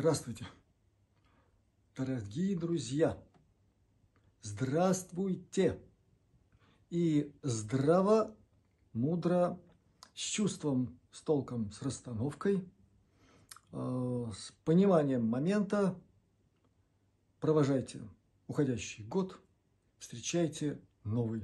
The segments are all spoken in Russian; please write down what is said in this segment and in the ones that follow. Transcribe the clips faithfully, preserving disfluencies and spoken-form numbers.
Здравствуйте, дорогие друзья! Здравствуйте! И здраво, мудро, с чувством, с толком, с расстановкой, э, с пониманием момента провожайте уходящий год, встречайте новый.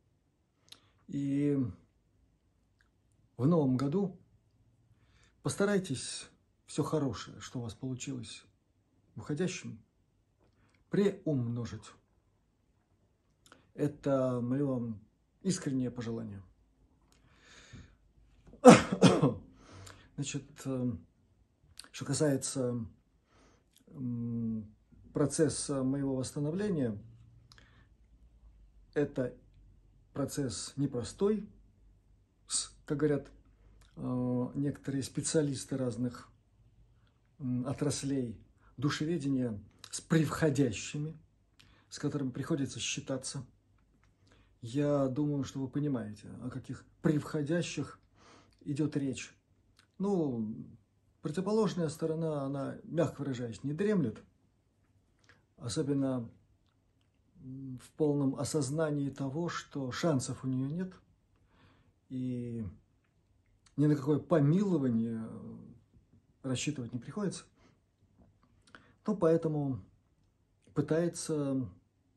И в новом году постарайтесь все хорошее, что у вас получилось в уходящем, приумножить. Это мое вам искреннее пожелание. Значит, что касается процесса моего восстановления, это процесс непростой, как говорят некоторые специалисты разных отраслей душеведения, с превходящими, с которыми приходится считаться. Я думаю, что вы понимаете, о каких превходящих идет речь. Ну, противоположная сторона, она, мягко выражаясь, не дремлет, особенно в полном осознании того, что шансов у нее нет, и ни на какое помилование рассчитывать не приходится. Ну, поэтому пытается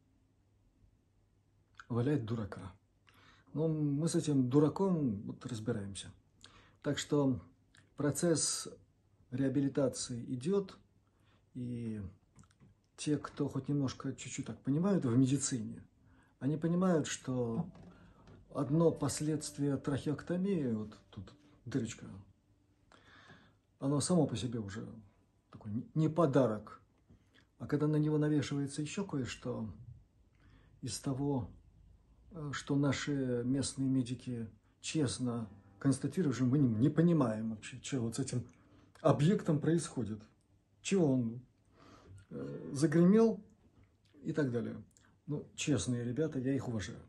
валять дурака. Но мы с этим дураком вот разбираемся. Так что процесс реабилитации идет, и те, кто хоть немножко, чуть-чуть так понимают в медицине, они понимают, что одно последствие трахеоктомии, вот тут дырочка, оно само по себе уже такой не подарок. А когда на него навешивается еще кое-что из того, что наши местные медики честно констатируют, что мы не понимаем вообще, что вот с этим объектом происходит, чего он э, загремел и так далее. Ну, честные ребята, я их уважаю.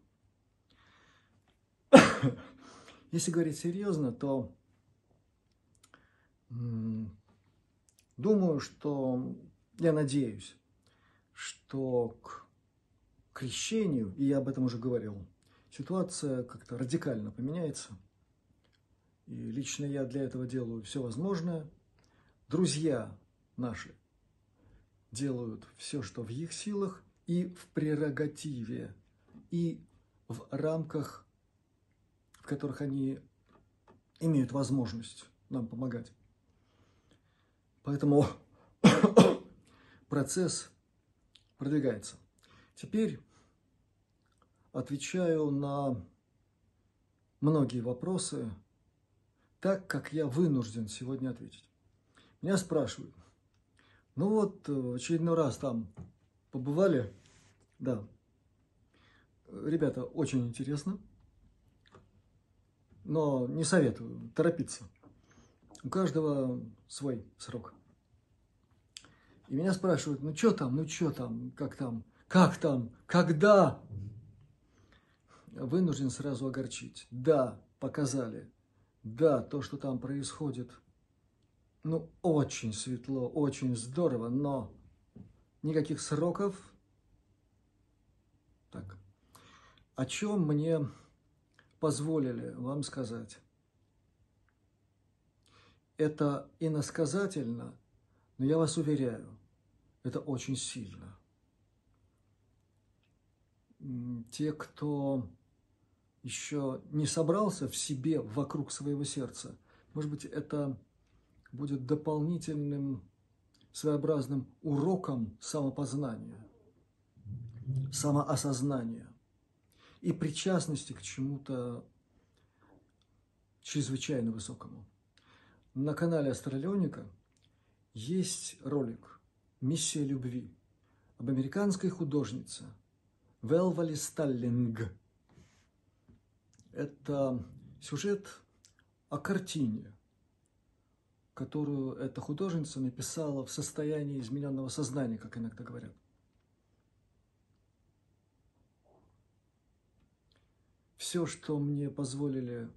Если говорить серьезно, то м, думаю, что, я надеюсь, что к крещению, и я об этом уже говорил, ситуация как-то радикально поменяется. И лично я для этого делаю все возможное. Друзья наши делают все, что в их силах, и в прерогативе, и в рамках, в которых они имеют возможность нам помогать. Поэтому процесс продвигается. Теперь отвечаю на многие вопросы так, как я вынужден сегодня ответить. Меня спрашивают, ну вот в очередной раз там побывали, да, ребята, очень интересно, но не советую торопиться, у каждого свой срок. И меня спрашивают, ну что там, ну что там, как там, как там, когда? Вынужден сразу огорчить. Да, показали. Да, то, что там происходит, ну, очень светло, очень здорово, но никаких сроков. Так, о чем мне позволили вам сказать? Это иносказательно, но я вас уверяю, это очень сильно. Те, кто еще не собрался в себе вокруг своего сердца, может быть, это будет дополнительным своеобразным уроком самопознания, самоосознания и причастности к чему-то чрезвычайно высокому. На канале Астралионика есть ролик «Миссия любви» об американской художнице Велвали Сталлинг. Это сюжет о картине, которую эта художница написала в состоянии измененного сознания, как иногда говорят. Все, что мне позволили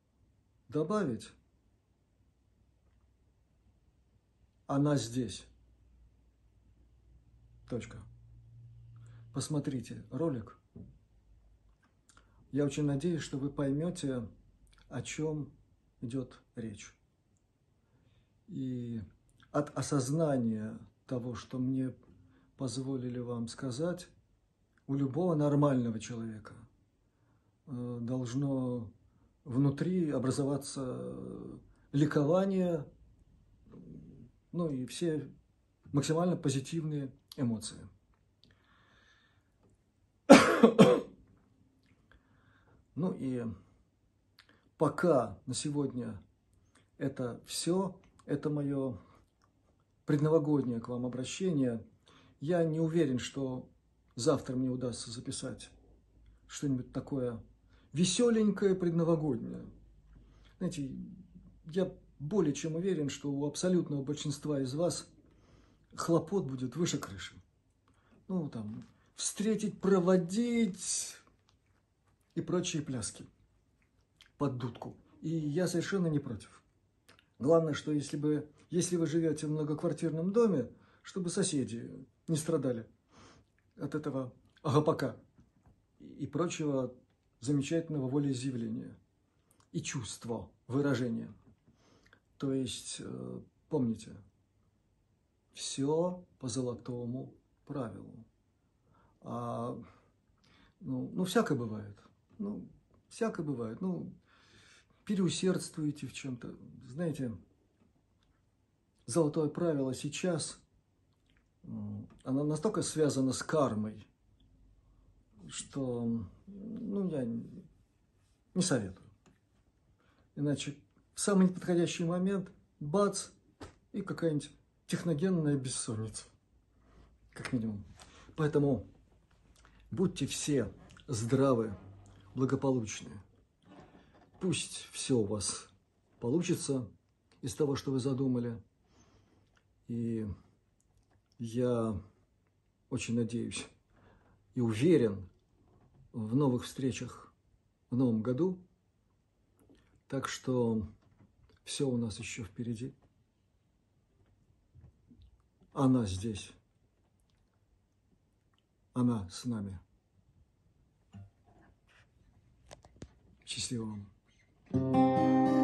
добавить, она здесь, Точка. Посмотрите ролик. Я очень надеюсь, что вы поймете, о чем идет речь. И от осознания того, что мне позволили вам сказать, у любого нормального человека должно внутри образоваться ликование, ну и все максимально позитивные эмоции. Ну и пока на сегодня это все, это мое предновогоднее к вам обращение. Я не уверен, что завтра мне удастся записать что-нибудь такое веселенькое, предновогоднее. Знаете, я более чем уверен, что у абсолютного большинства из вас хлопот будет выше крыши. Ну, там, встретить, проводить и прочие пляски под дудку. И я совершенно не против. Главное, что если, бы, если вы живете в многоквартирном доме, чтобы соседи не страдали от этого агапака и прочего замечательного волеизъявления и чувства выражения. То есть, помните, все по золотому правилу. А, ну, ну, всякое бывает. Ну, всякое бывает. Ну, переусердствуете в чем-то. Знаете, золотое правило сейчас, оно настолько связано с кармой, что, ну, я не советую. Иначе в самый неподходящий момент, бац, и какая-нибудь техногенная бессонница, как минимум. Поэтому будьте все здравы, благополучны. Пусть все у вас получится из того, что вы задумали. И я очень надеюсь и уверен в новых встречах в новом году. Так что все у нас еще впереди. Она здесь. Она с нами. Счастливо вам.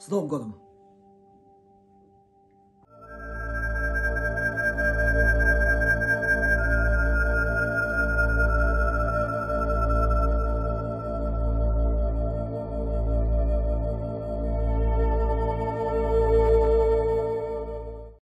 С Новым годом!